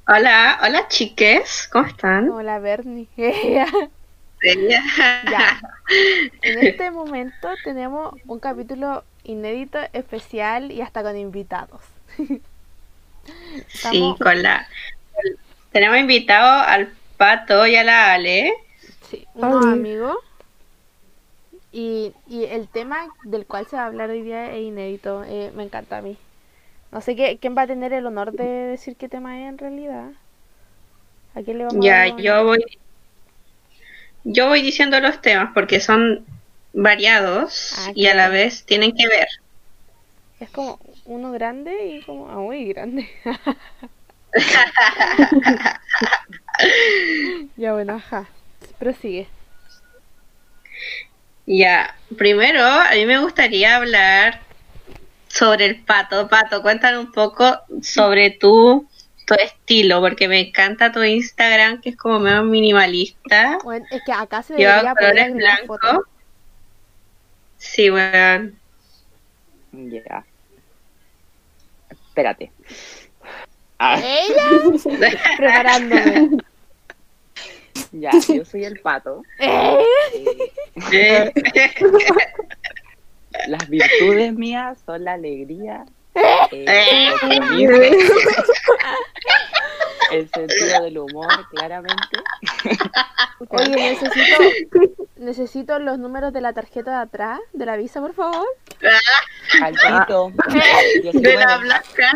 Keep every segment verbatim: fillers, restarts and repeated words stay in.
Hola, hola chiques, ¿cómo están? Hola, Bernie. Bella. Ya, en este momento tenemos un capítulo inédito, especial y hasta con invitados. Sí, Estamos, con la... Tenemos invitado al Pato y a la Ale. sí, unos Oli. amigos y, y el tema del cual se va a hablar hoy día es inédito. Eh, me encanta a mí. No sé qué, quién va a tener el honor de decir qué tema es en realidad. ¿A quién le vamos a dar Ya, el honor? yo voy, yo voy diciendo los temas porque son variados Ah, y a la claro. vez tienen que ver. Es como uno grande y como ah, muy grande. Ya bueno, ajá. Prosigue. Ya, primero a mí me gustaría hablar sobre el Pato. Pato, cuéntame un poco sobre tu, tu estilo, porque me encanta tu Instagram, que es como medio minimalista. Bueno, es que acá se Lleva debería poder colores agregar fotos. blancos. Sí, weón. Ya, espérate. Ah, Ella preparándome. ya, yo soy el pato. ¿Eh? Eh, Eh, las virtudes mías son la alegría, eh, el eh, compromiso, el sentido del humor, claramente. Oye, necesito necesito los números de la tarjeta de atrás de la visa, por favor. Palpito, de la diecinueve. blanca.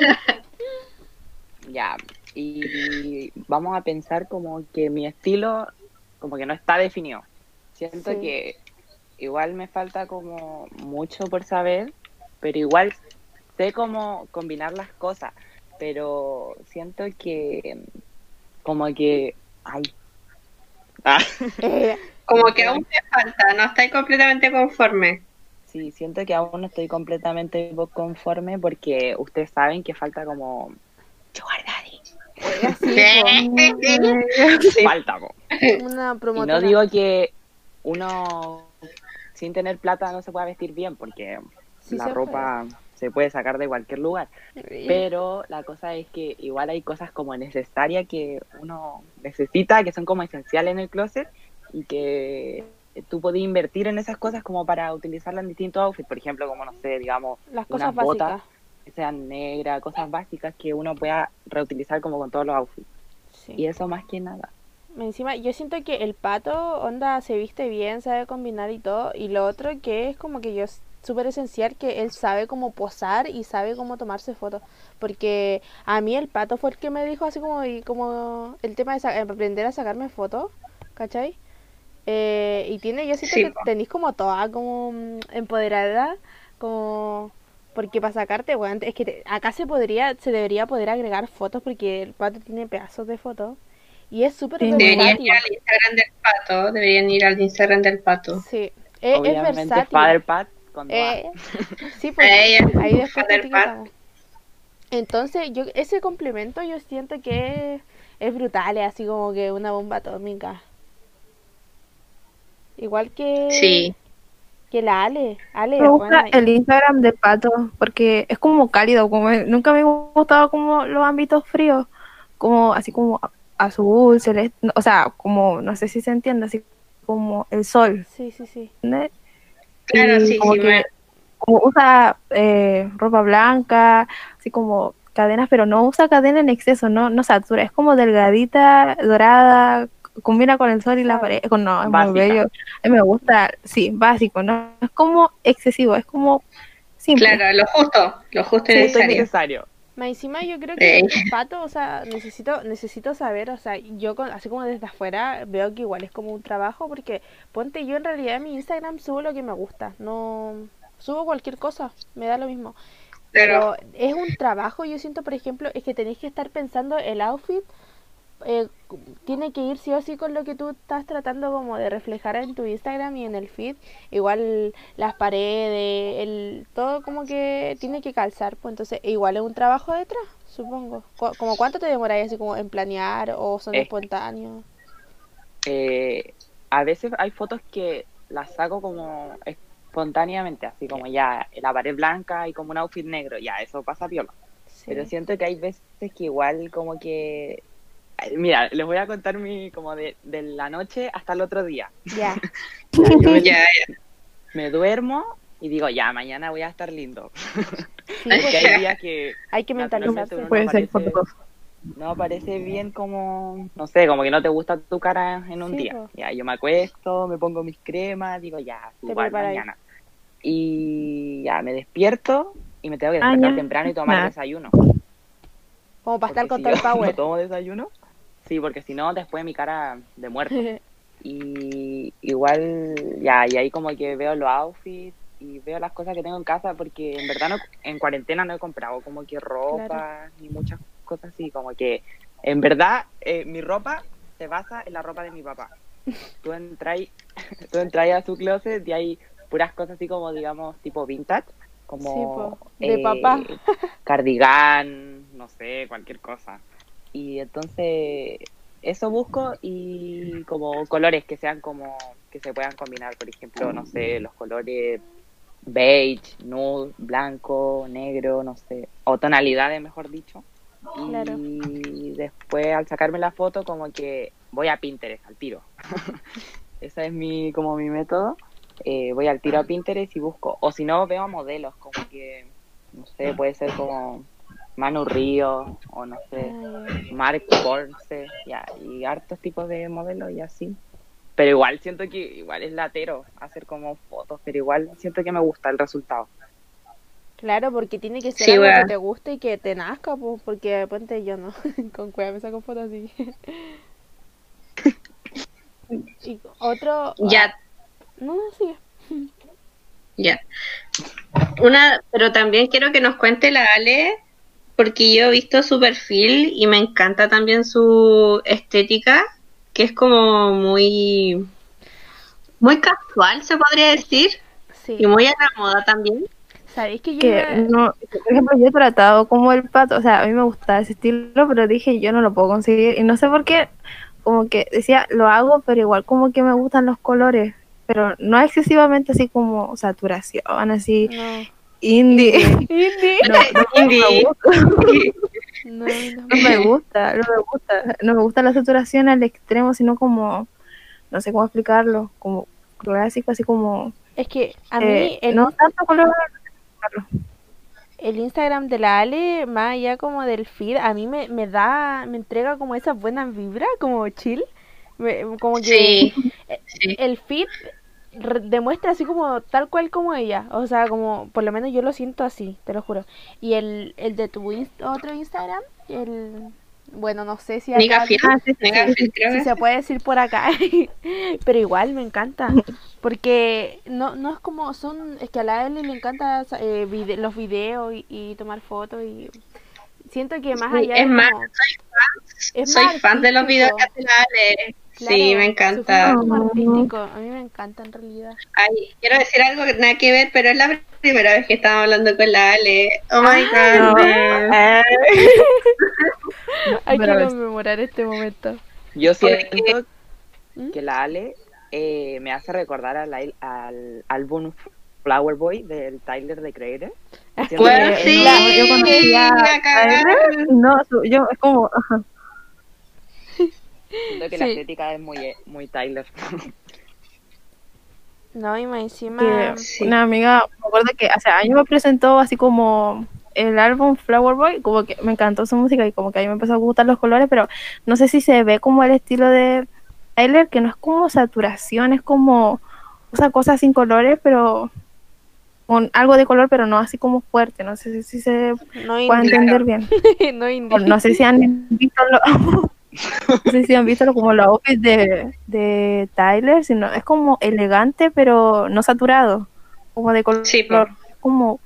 Ya, y vamos a pensar como que mi estilo como que no está definido. Siento Sí. que igual me falta como mucho por saber, pero igual sé cómo combinar las cosas, pero siento que como que, ay, ah, Eh, Como que siento, aún te falta, no estáis completamente conforme. sí, siento que aún no estoy completamente conforme porque ustedes saben que falta como sugar daddy. eh, así, po. Sí. Falta, po. Una Y no promotora. digo que uno sin tener plata no se pueda vestir bien, porque Sí la se puede. ropa se puede sacar de cualquier lugar. Eh, Pero la cosa es que igual hay cosas como necesarias que uno necesita, que son como esenciales en el closet y que tú podés invertir en esas cosas como para utilizarlas en distintos outfits. Por ejemplo, como no sé, digamos, Las cosas unas botas básicas. que sean negras, cosas básicas que uno pueda reutilizar como con todos los outfits. Sí. Y eso más que nada. Encima, yo siento que el pato, onda, se viste bien, sabe combinar y todo. Y lo otro que es como que yo es súper esencial que él sabe cómo posar y sabe cómo tomarse fotos. Porque a mí el pato fue el que me dijo así como, y como el tema de sa- aprender a sacarme fotos, ¿cachai? Eh, y tiene, yo siento Sí, que po. tenéis como toda como mm, empoderada, como porque para sacarte, bueno, es que te- acá se podría, se debería poder agregar fotos porque el pato tiene pedazos de fotos y es súper Tiene, Deberían ir versátil. al Instagram del pato, deberían ir al Instagram del pato. Sí, es, es obviamente, versátil. Father Pat con dos A. Eh, sí, pues Ella, ahí después te del pato. etiquetamos. Entonces, yo ese complemento yo siento que es, es brutal, es así como que una bomba atómica. Igual que, Sí. que la Ale. Me Ale, bueno, gusta el Instagram de Pato porque es como cálido, como nunca me ha gustado como los ámbitos fríos, como así como azul, celeste, o sea, como no sé si se entiende, así como el sol, sí, sí, sí. ¿entiendes? Claro, Y sí, como sí. Me... que como usa eh, ropa blanca, así como cadenas, pero no usa cadena en exceso, no, no satura, es como delgadita, dorada, combina con el sol y la pared, Suave. con, no, es muy bello, Básica. a mí me gusta, sí, básico, no es como excesivo, es como simple. Claro, lo justo, lo justo y Sí, Justo y necesario. necesario. Más encima yo creo que Eh, el pato, o sea, necesito, necesito saber, o sea, yo con- así como desde afuera veo que igual es como un trabajo, porque ponte yo en realidad en mi Instagram subo lo que me gusta, no subo cualquier cosa, me da lo mismo. pero, Pero es un trabajo, yo siento, por ejemplo, es que tenéis que estar pensando el outfit, eh, tiene que ir sí o sí con lo que tú estás tratando como de reflejar en tu Instagram y en el feed. Igual las paredes, el, todo como que tiene que calzar, pues entonces igual es un trabajo detrás, supongo. Cu- como cuánto te demoráis así como en planear o son Es, espontáneos. eh, a veces hay fotos que las saco como espontáneamente, así Yeah. como ya la pared blanca y como un outfit negro, ya eso pasa piola. pero Sí. siento que hay veces que igual como que... Ay, mira, les voy a contar mi como de, de la noche hasta el otro día. Ya. Ya, yo me, Ya, me duermo y digo, ya, mañana voy a estar lindo. Sí, Porque pues, hay días que hay que naturalmente mentalizarse. uno no Puede ser por aparece, dos. no aparece bien como, no sé, como que no te gusta tu cara en un Sí, día. po. Ya, yo me acuesto, me pongo mis cremas, digo, ya, Te igual preparáis. mañana. Y ya, me despierto y me tengo que despertar Mañana. temprano y tomar Nada. desayuno. Como para estar Porque con si todo yo el power. no tomo desayuno, sí, porque si no, después mi cara de muerto. Y igual, ya, y ahí como que veo los outfits y veo las cosas que tengo en casa, porque en verdad no, en cuarentena no he comprado como que ropa Claro. ni muchas cosas así, como que en verdad eh, mi ropa se basa en la ropa de mi papá. Tú entras tú entras a su closet y hay puras cosas así como, digamos, tipo vintage, como Sí, po. De papá. cardigán, no sé, cualquier cosa. Y entonces eso busco y como colores que sean como que se puedan combinar, por ejemplo, no sé, los colores beige, nude, blanco, negro, no sé, o tonalidades, mejor dicho. Claro. Y después al sacarme la foto como que voy a Pinterest al tiro. Ese es mi como mi método. Eh, voy al tiro a Pinterest y busco, o si no veo modelos como que no sé, puede ser como Manu Río o no sé, Ah, Mark Borse, ya, y hartos tipos de modelos y así. Pero igual siento que igual es latero hacer como fotos, pero igual siento que me gusta el resultado. Claro, porque tiene que ser Sí, algo que weón. te guste y que te nazca, pues, porque ponte yo no. Con cueva me saco fotos así. Y otro. Ya, ah, no, sigue. ya. Una, pero también quiero que nos cuente la Ale, porque yo he visto su perfil y me encanta también su estética, que es como muy, muy casual, se podría decir, Sí. y muy a la moda también. ¿Sabéis que yo Que iba- no, por ejemplo, yo he tratado como el pato, o sea, a mí me gusta ese estilo, pero dije yo no lo puedo conseguir y no sé por qué, como que decía, lo hago, pero igual como que me gustan los colores, pero no excesivamente así como saturación, así No. indie. Indie. No, no, no me Indie. gusta, No, a mí no tampoco. me gusta, no me gusta, no me gusta la saturación al extremo, sino como, no sé cómo explicarlo, como clásico, así como, Es que a eh, mí el, no tanto color. el Instagram de la Ale, más allá como del feed, a mí me, me da, me entrega como esas buenas vibras, como chill. Me- como que Sí, eh, sí. el feed re- demuestra así como tal cual como ella. O sea, como por lo menos yo lo siento así, te lo juro. Y el, el de tu inst- otro Instagram, el... Bueno, no sé si Nica acá... Film, Ah, sí, sí, Nica sí, Film, creo si que se es. puede decir por acá, pero igual me encanta, porque no no es como son, es que a la L le encanta eh, vide- los videos y, y tomar fotos y siento que más Sí, allá es de más, como es soy más fan de los videos artístico, que hace la Ale. claro, Sí, me su feed es encanta. como Oh. artístico, a mí me encanta en realidad. Ay, quiero decir algo que nada que ver, pero es la primera vez que estamos hablando con la Ale. Oh my Ay, god. no, man. eh, Hay que pero conmemorar este momento. Yo Porque- siento ¿Mm? que la Ale eh, me hace recordar al, al álbum Flower Boy del Tyler the Creator. Siento Bueno, que sí, eso- no, yo conocía a a cagar. él, no, su- yo es como, ajá, siento que la Sí. estética es muy, muy Tyler. No, y más encima que Sí. una amiga, me acuerdo que hace años me presentó así como el álbum Flower Boy, como que me encantó su música y como que a mí me empezó a gustar los colores, pero no sé si se ve como el estilo de Tyler, que no es como saturación, es como, usa cosas sin colores, pero con algo de color, pero no así como fuerte, no sé si se no puede indie, entender bien. no O indie. no sé si han visto lo, no sé si han visto lo- como los outfits de, de Tyler, sino es como elegante pero no saturado, como de color, Sí, po. como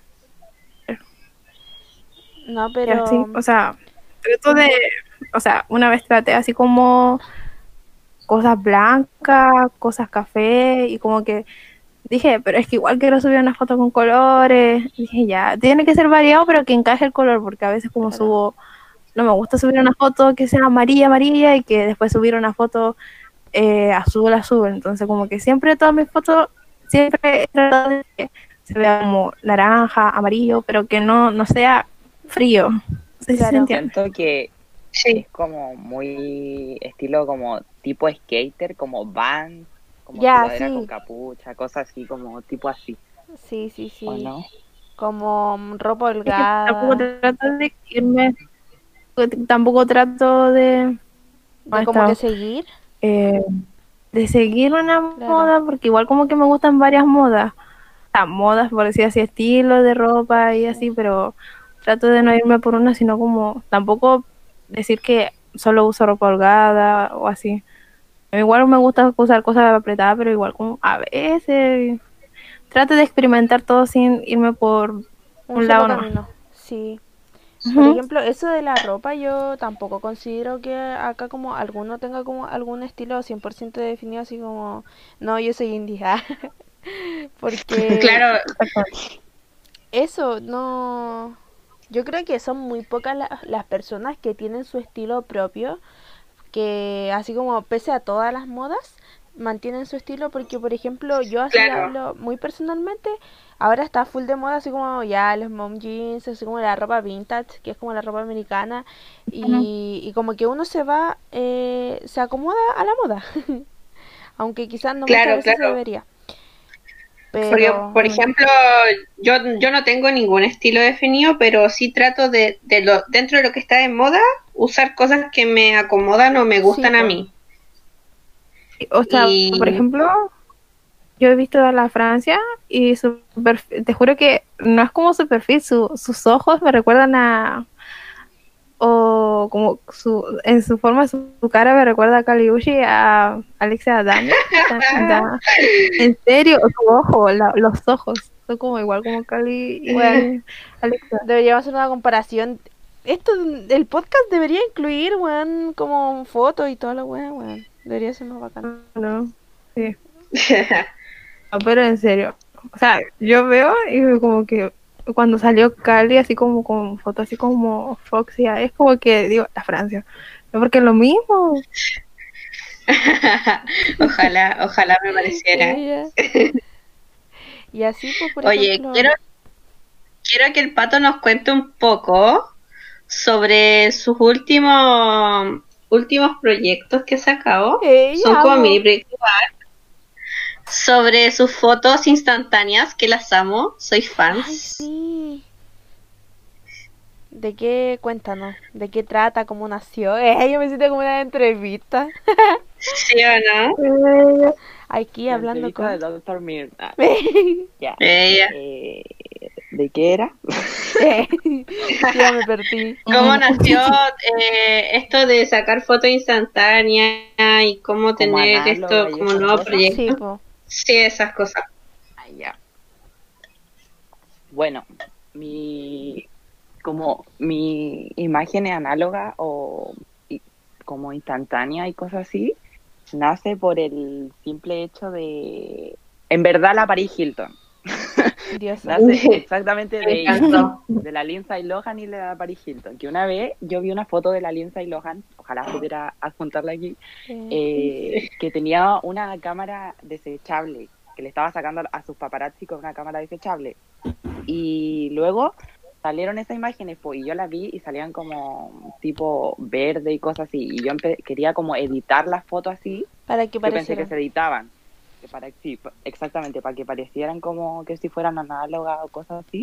No, que pero así, o sea, trato de, o sea, una vez traté así como cosas blancas, cosas café y como que dije, pero es que igual quiero subir una foto con colores, dije ya, tiene que ser variado pero que encaje el color porque a veces como Claro. subo, no me gusta subir una foto que sea amarilla, amarilla y que después subir una foto eh, azul, azul. Entonces, como que siempre todas mis fotos, siempre he tratado de que se vea como naranja, amarillo, pero que no, no sea frío. No sé si Claro. se entiende. Siento que Sí, es como muy estilo como tipo skater, como van, como Ya, sudadera con sí. capucha, cosas así como tipo así, Sí, sí, ¿o sí. no? Como mm, ropa Es que tampoco holgada. trato de irme, tampoco trato de, ¿cómo De he como que estado? seguir. Eh, de seguir una Claro. moda, porque igual como que me gustan varias modas. O sea, modas, por decir así, estilo de ropa y así, pero trato de no irme por una, sino como tampoco decir que solo uso ropa holgada o así. Igual me gusta usar cosas apretadas, pero igual como a veces trato de experimentar todo sin irme por Un un solo lado nomás. camino. Sí. Por Ujú. ejemplo, eso de la ropa, yo tampoco considero que acá como alguno tenga como algún estilo cien por ciento definido, así como, no, yo soy indie. Porque claro, Exactamente. eso, no... Yo creo que son muy pocas la- las personas que tienen su estilo propio, que así como pese a todas las modas, mantienen su estilo porque, por ejemplo, yo así claro, hablo muy personalmente, ahora está full de moda así como ya los mom jeans, así como la ropa vintage, que es como la ropa americana, Ujú. y, y como que uno se va, eh, se acomoda a la moda, aunque quizás no muchas claro, veces se claro. debería, Porque, pero por ejemplo, yo, yo no tengo ningún estilo definido, pero sí trato de, de lo, dentro de lo que está de moda, usar cosas que me acomodan o me sí, gustan a pues, mí. O sea, por Y ejemplo, yo he visto a la Francia y su perfil, te juro que no es como su perfil, su, sus ojos me recuerdan a, o como su, en su forma, su, su cara me recuerda a Kaliushi, a Alexia Dani. Da- da- en serio, su ojo, la- los ojos, son como igual como Cali bueno, y Alexia. deberíamos hacer una comparación. Esto, el podcast debería incluir, weón, como fotos y toda la weá, weón. Debería ser más bacán. ¿No? Sí. No, pero en serio, o sea, yo veo y como que cuando salió Cali, así como con fotos así como Foxy, es como que digo, la Francia, no porque es lo mismo. ojalá, ojalá me pareciera. Ella. Y así, pues, por Oye, ejemplo. quiero, quiero que el pato nos cuente un poco sobre sus últimos últimos proyectos que ha sacado. Son Ella, como mini amo. proyectos sobre sus fotos instantáneas, que las amo, soy Ay, fans. sí. ¿De qué? Cuéntanos. ¿De qué trata? ¿Cómo nació? Eh, yo me siento como una entrevista. ¿Sí o no? Eh, Aquí La hablando entrevista de con. doctor Mir. Ah, Eh, ya. Ella. Eh, ¿de qué era? ya me perdí. ¿Cómo nació eh, esto de sacar fotos instantáneas y cómo Como tener esto análoga y como esas nuevo cosas. Sí, proyecto? po. Sí, esas cosas. Ah, ya. Bueno, mi como mi imagen es análoga o y- como instantánea y cosas así, nace por el simple hecho de, en verdad, la Paris Hilton. Diosa. Nace exactamente Me de ella, encantó. de la Lindsay Lohan y de la Paris Hilton. Que una vez yo vi una foto de la Lindsay Lohan, ojalá pudiera adjuntarla aquí, Eh, eh, que tenía una cámara desechable, que le estaba sacando a sus paparazzi con una cámara desechable. Y luego salieron esas imágenes, pues, y yo las vi y salían como tipo verde y cosas así. Y yo empe- quería como editar las fotos así. para que Yo pensé que pareciera. se editaban. Que para, sí, pa- exactamente, para que parecieran como que si fueran análogas o cosas así.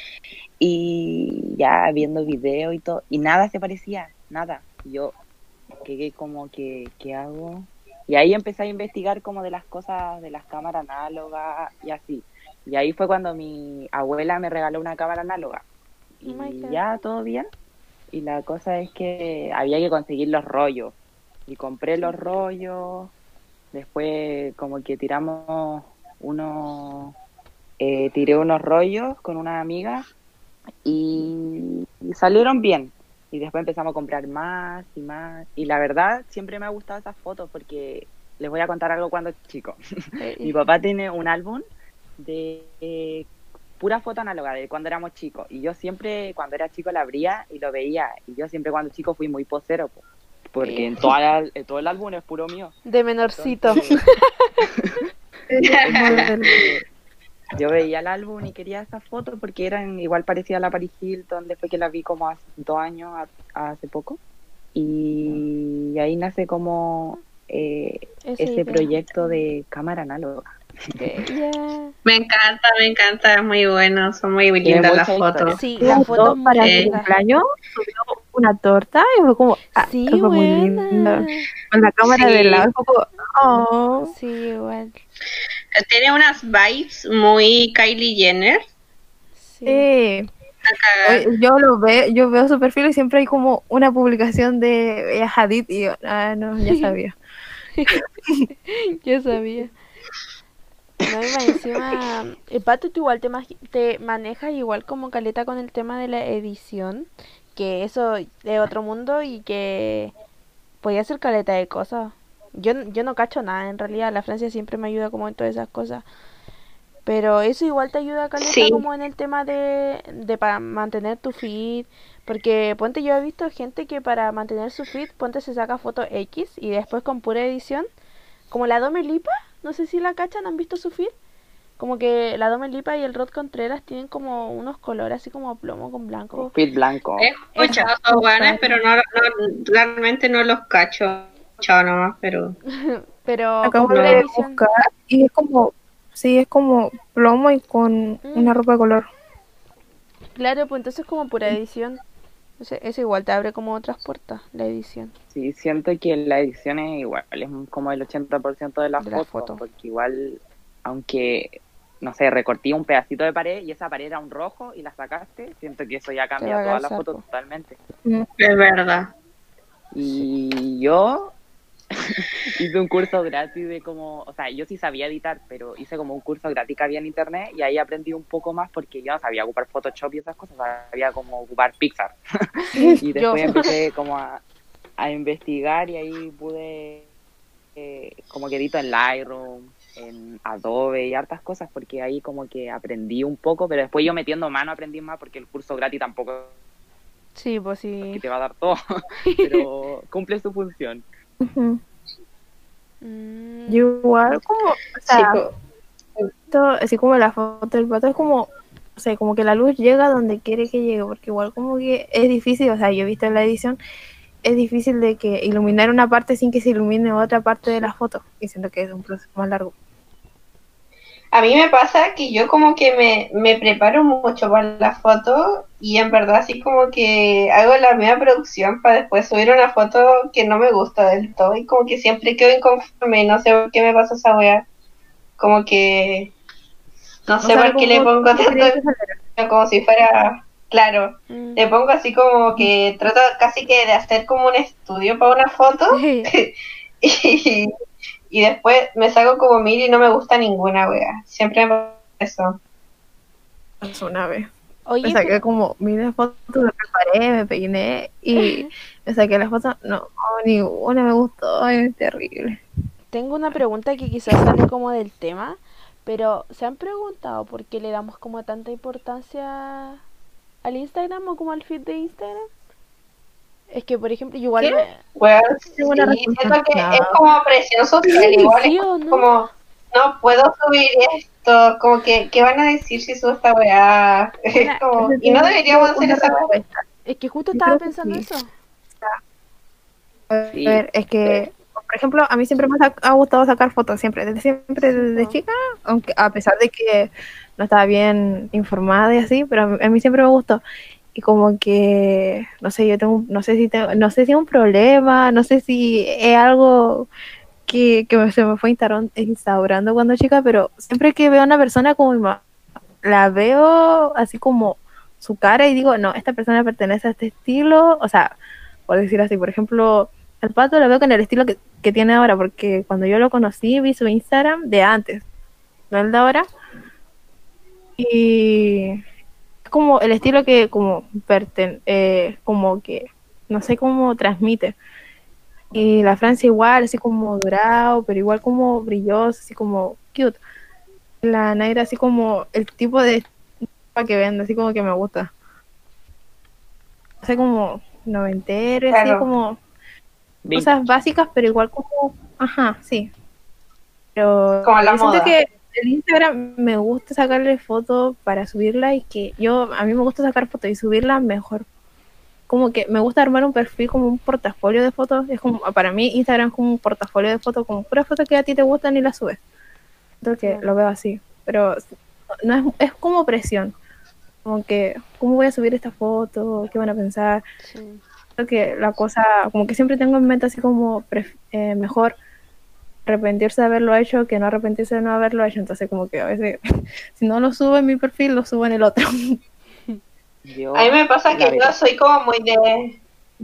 Y ya viendo video y todo. Y nada se parecía, nada. Y yo quedé como que, ¿qué hago? Y ahí empecé a investigar como de las cosas de las cámaras análogas y así. Y ahí fue cuando mi abuela me regaló una cámara análoga. Oh my Y God. ya todo bien. Y la cosa es que había que conseguir los rollos. Y compré los rollos. Después como que tiramos unos... eh, tiré unos rollos con una amiga y, y salieron bien. Y después empezamos a comprar más y más. Y la verdad, siempre me ha gustado esas fotos porque les voy a contar algo cuando chico. Eh, Mi papá tiene un álbum de eh, pura foto análoga de cuando éramos chicos. Y yo siempre, cuando era chico, la abría y lo veía. Y yo siempre cuando chico fui muy posero, po, porque Eh. en, toda la- en todo el álbum es puro mío. de menorcito. Entonces, entonces, yo veía el álbum y quería esa foto porque eran igual parecía a la Paris Hilton, después que la vi como hace dos años, a- hace poco. Y ahí nace como eh, Esa ese idea. proyecto de cámara análoga. Yeah. Me encanta, me encanta, es muy bueno, son muy Tiene lindas las mucha fotos. historia. Sí, Y la justo foto es muy para su Sí. linda. cumpleaños subió una torta y fue como, ah, Sí, fue muy linda. buena. Con la cámara Sí. de lado, fue como, oh. Sí, igual. Tiene unas vibes muy Kylie Jenner. Sí. Sí. A cagar. Oye, yo lo veo, yo veo su perfil y siempre hay como una publicación de Bella Hadid y yo, ah, no, ya sabía. Yo sabía. No, y más encima, el Pato, tú igual te, magi- te manejas igual como caleta con el tema de la edición, que eso es otro mundo y que podía hacer caleta de cosas. Yo, n- yo no cacho nada, en realidad, la Francia siempre me ayuda como en todas esas cosas. Pero eso igual te ayuda caleta Sí. como en el tema de, de para mantener tu feed. Porque ponte, yo he visto gente que para mantener su feed, ponte se saca foto X y después con pura edición, como la Dome Lipa, no sé si la cachan, ¿han visto su feed? Como que la Dome Lipa y el Rod Contreras tienen como unos colores así como plomo con blanco. Fit blanco. He escuchado esos weones, pero no, no, realmente no los cacho. He escuchado nomás, pero Pero con Acabo pura no. de edición. buscar y es como, sí, es como plomo y con Mm. una ropa de color. Claro, pues entonces como pura edición. Ese- Eso igual te abre como otras puertas, la edición. Sí, siento que la edición es igual, es como el ochenta por ciento de la De la foto, foto. porque igual, aunque, no sé, recorté un pedacito de pared y esa pared era un rojo y la sacaste, siento que eso ya va cambia a toda la calzar, foto po. totalmente. Es verdad. Y yo hice un curso gratis de como, o sea, yo sí sabía editar, pero hice como un curso gratis que había en internet y ahí aprendí un poco más porque yo no sabía ocupar Photoshop y esas cosas, sabía como ocupar Pixar. Y Yo. después empecé como a, a investigar y ahí pude, eh, como que edito en Lightroom, en Adobe y hartas cosas porque ahí como que aprendí un poco, pero después yo metiendo mano aprendí más porque el curso gratis tampoco Sí, pues es sí. que te va a dar todo, pero cumple su función. Ujú. Mm, Yo igual como, o Sí, sea, po. esto, así como la foto del pato es como, o sea, como que la luz llega donde quiere que llegue, porque igual como que es difícil, o sea, yo he visto en la edición, es difícil de que iluminar una parte sin que se ilumine otra parte de la foto, y siento que es un proceso más largo. A mí me pasa que yo como que me, me preparo mucho para la foto y en verdad así como que hago la misma producción para después subir una foto que no me gusta del todo y como que siempre quedo inconforme y no sé por qué me pasa esa wea. Como que no sé sale por qué le como pongo tú querías que tanto saliera. empeño, como si fuera, claro, mm. le pongo así como que trato casi que de hacer como un estudio para una foto y, y después me saco como mil y no me gusta ninguna wea. Siempre me pasa eso. Pasó una vez. Oye, Me saqué pero- como mil fotos, me preparé, me peiné y me saqué las fotos, no, ninguna me gustó, ay, es terrible. tengo una pregunta que quizás sale como del tema, pero ¿se han preguntado por qué le damos como tanta importancia al Instagram o como al feed de Instagram? Es que, por ejemplo, yo igual ¿Qué? me... Weón, Tengo una sí, respuesta. siento que No. es como presión social, igual ¿Sí es o no? como, no puedo subir esto, como que, ¿qué van a decir si subo esta weá? Es Buena, como, Ese y no tengo deberíamos hacer una esa weá. respuesta. es que justo Yo estaba creo que pensando sí. eso. A Sí. ver, es que, por ejemplo, a mí siempre me ha, ha gustado sacar fotos, siempre, desde siempre, Sí, desde po. chica, aunque a pesar de que no estaba bien informada y así, pero a mí, a mí siempre me gustó. Y como que, no sé, yo tengo, no sé si tengo, no sé si es un problema, no sé si es algo que, que me- se me fue instaurando, instaurando cuando chica, pero siempre que veo a una persona como mi mamá, la veo así como su cara y digo, no, esta persona pertenece a este estilo, o sea, por decir así, por ejemplo, el pato lo veo con el estilo que, que tiene ahora, porque cuando yo lo conocí vi su Instagram de antes, no el de ahora, y es como el estilo que como perten eh, como que, no sé cómo transmite. Y la Francia igual, así como dorado, pero igual como brilloso, así como cute. La Naira así como el tipo de ropa que vende, así como que me gusta. Así como noventero, y así Claro. como Vintage. cosas básicas, pero igual como, ajá, sí. Pero Como la yo siento moda. que el Instagram me gusta sacarle fotos para subirla y que yo, a mí me gusta sacar fotos y subirlas mejor. Como que me gusta armar un perfil como un portafolio de fotos. Es como, para mí Instagram es como un portafolio de fotos, como puras fotos que a ti te gustan y las subes. Creo que Claro. lo veo así. Pero no es, es como presión. Como que, ¿cómo voy a subir esta foto? ¿Qué van a pensar? Sí. Creo que la cosa, como que siempre tengo en mente así como pref- eh, mejor arrepentirse de haberlo hecho que no arrepentirse de no haberlo hecho. Entonces como que a veces, si no lo subo en mi perfil, lo subo en el otro. Yo, A mí me pasa la que yo verdad, soy como muy de,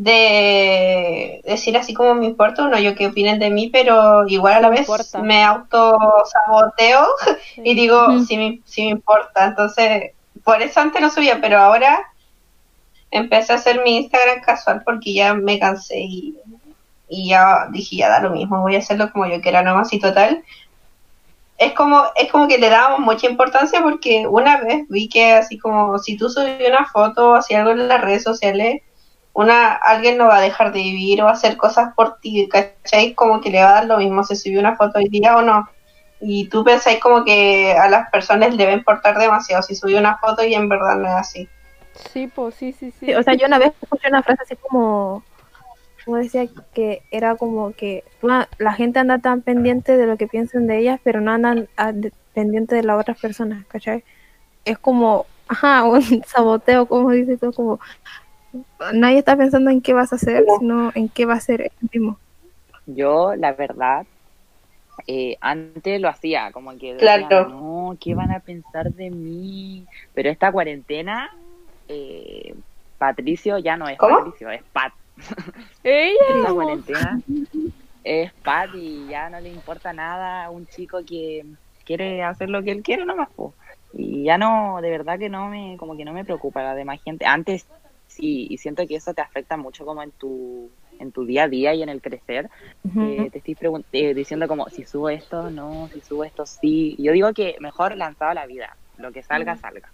de decir así como me importa uno, yo que opinen de mí, pero igual a Sí la vez importa. me autosaboteo Sí. y digo, Ujú. sí me, sí me importa. Entonces, por eso antes no subía, pero ahora empecé a hacer mi Instagram casual porque ya me cansé y, y ya dije, ya da lo mismo, voy a hacerlo como yo quiera nomás y total. Es como, es como que le dábamos mucha importancia porque una vez vi que así como si tú subes una foto o así algo en las redes sociales, una, alguien no va a dejar de vivir o hacer cosas por ti, ¿cachai? Como que le va a dar lo mismo si subió una foto hoy día o no. Y tú pensáis como que a las personas le va a importar demasiado si subió una foto y en verdad no es así. Sí, pues sí, sí, Sí, sí. o sea, yo una vez escuché una frase así como, como decía que era como que la, la gente anda tan pendiente de lo que piensan de ellas, pero no andan a- de- pendiente de las otras personas, ¿cachai? Es como, ajá, un saboteo, como dices tú, como nadie está pensando en qué vas a hacer, Como, sino en qué va a ser el mismo. yo, la verdad, eh, antes lo hacía, como que decía, claro. no, ¿qué van a pensar de mí? Pero esta cuarentena, eh, Patricio ya no es ¿Cómo? Patricio, es Pat. Ella, Esta como- cuarentena es Pat y ya no le importa nada a un chico que quiere hacer lo que él quiere nomás, po. Y ya no, de verdad que no me, como que no me preocupa la demás gente. Antes sí, y siento que eso te afecta mucho como en tu, en tu día a día y en el crecer, que Ujú. te estoy pregun- eh, diciendo como si subo esto, no, si subo esto, sí. Yo digo que mejor lanzado a la vida, lo que salga, salga.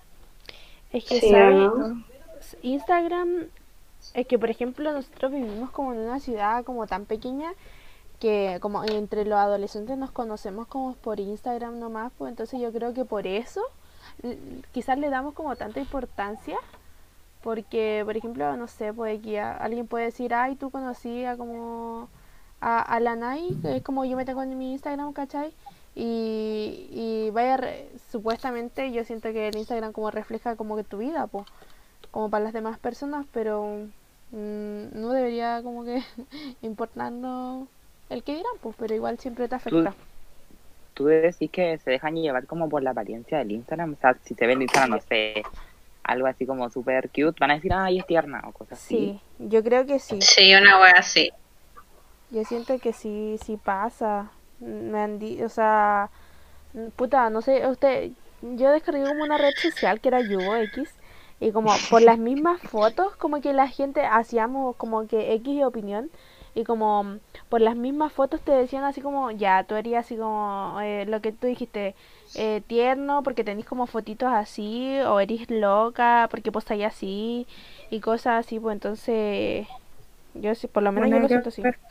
Es que, Sí, ¿o ¿sabes? no? Instagram, es que, por ejemplo, nosotros vivimos como en una ciudad como tan pequeña que como entre los adolescentes nos conocemos como por Instagram nomás, pues entonces yo creo que por eso l- quizás le damos como tanta importancia, porque, por ejemplo, no sé, pues que a- alguien puede decir, ay, tú conocí a como a, a la Nai, que es como yo me tengo en mi Instagram, ¿cachai? Y, y vaya, re- supuestamente yo siento que el Instagram como refleja como que tu vida, pues, como para las demás personas, pero mm, no debería como que importarnos el que dirán, pues, pero igual siempre te Tú, afecta. tú decís que se dejan llevar como por la apariencia del Instagram, o sea, si se ve en Instagram, no sé, algo así como súper cute, van a decir, ay, es tierna o cosas así. Sí, yo creo que sí. Sí, una wea así. Yo siento que sí, sí pasa. Me han di- o sea, puta, no sé, usted, yo descargué como una red social que era Yugo X y como por las mismas fotos como que la gente hacíamos como que X opinión y como mm, por las mismas fotos te decían así como ya tú harías así como eh, lo que tú dijiste eh, tierno porque tenés como fotitos así o eres loca porque postáis así y cosas así, pues entonces yo sí, por lo menos yo Bueno, lo hay que siento así. ver.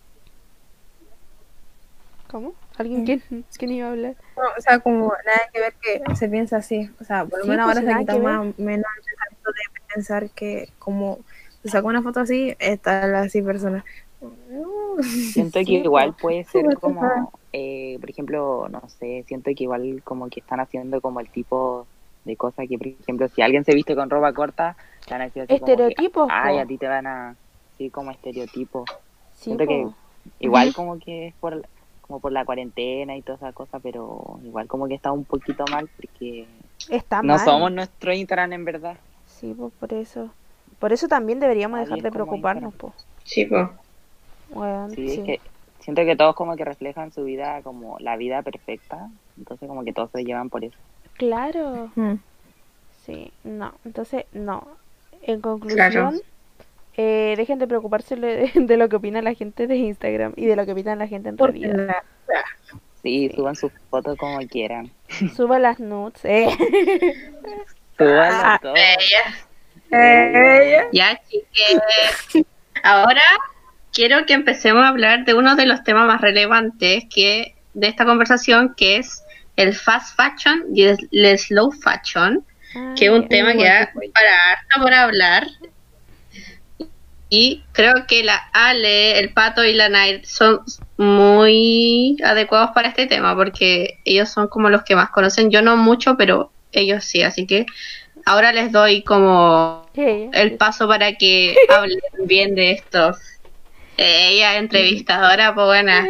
¿Cómo? ¿Alguien Mm. quién, quién iba a hablar? No, o sea, como nada que ver que se piensa así. O sea, por lo Sí, menos pues ahora sin se ha nada que quitado ver. más menos el pensamiento de pensar que como se sacó una foto así, está la así persona. No, Siento que Sí, pues. igual puede ser súper pesada. como, eh, por ejemplo, no sé, siento que igual como que están haciendo como el tipo de cosas que, por ejemplo, si alguien se viste con ropa corta, te van a decir así como que, Estereotipos, ay, a po. ti te van a, sí, como estereotipo. Sí, Siento que po. igual como que es por, como por la cuarentena y toda esa cosa, pero igual como que está un poquito mal porque Está no mal. somos nuestro Instagram en verdad. Sí, pues por eso. Por eso también deberíamos Nadie dejar es de como Instagram. preocuparnos, po. Sí, pues. Bueno, Sí, es sí. que siento que todos como que reflejan su vida como la vida perfecta, entonces como que todos se llevan por eso. Claro. Mm. Sí, no. Entonces, no. En Claro. conclusión, eh, dejen de preocuparse de, de lo que opina la gente de Instagram y de lo que opina la gente en Porque realidad. la, Sí, Sí. suban sus fotos como quieran. Suba las nudes, eh. Súbanlo Ah, todo. ella, Sí. ya, chique. Ahora quiero que empecemos a hablar de uno de los temas más relevantes que de esta conversación, que es el fast fashion y el, el slow fashion, que es Ah, un ya. tema que igual da que fue. para harto por hablar. Y creo que la Ale, el Pato y la Nair son muy adecuados para este tema porque ellos son como los que más conocen. Yo no mucho, pero ellos sí. Así que ahora les doy como Sí, el sí. paso para que hablen bien de esto. Eh, ella entrevistadora, pues buena.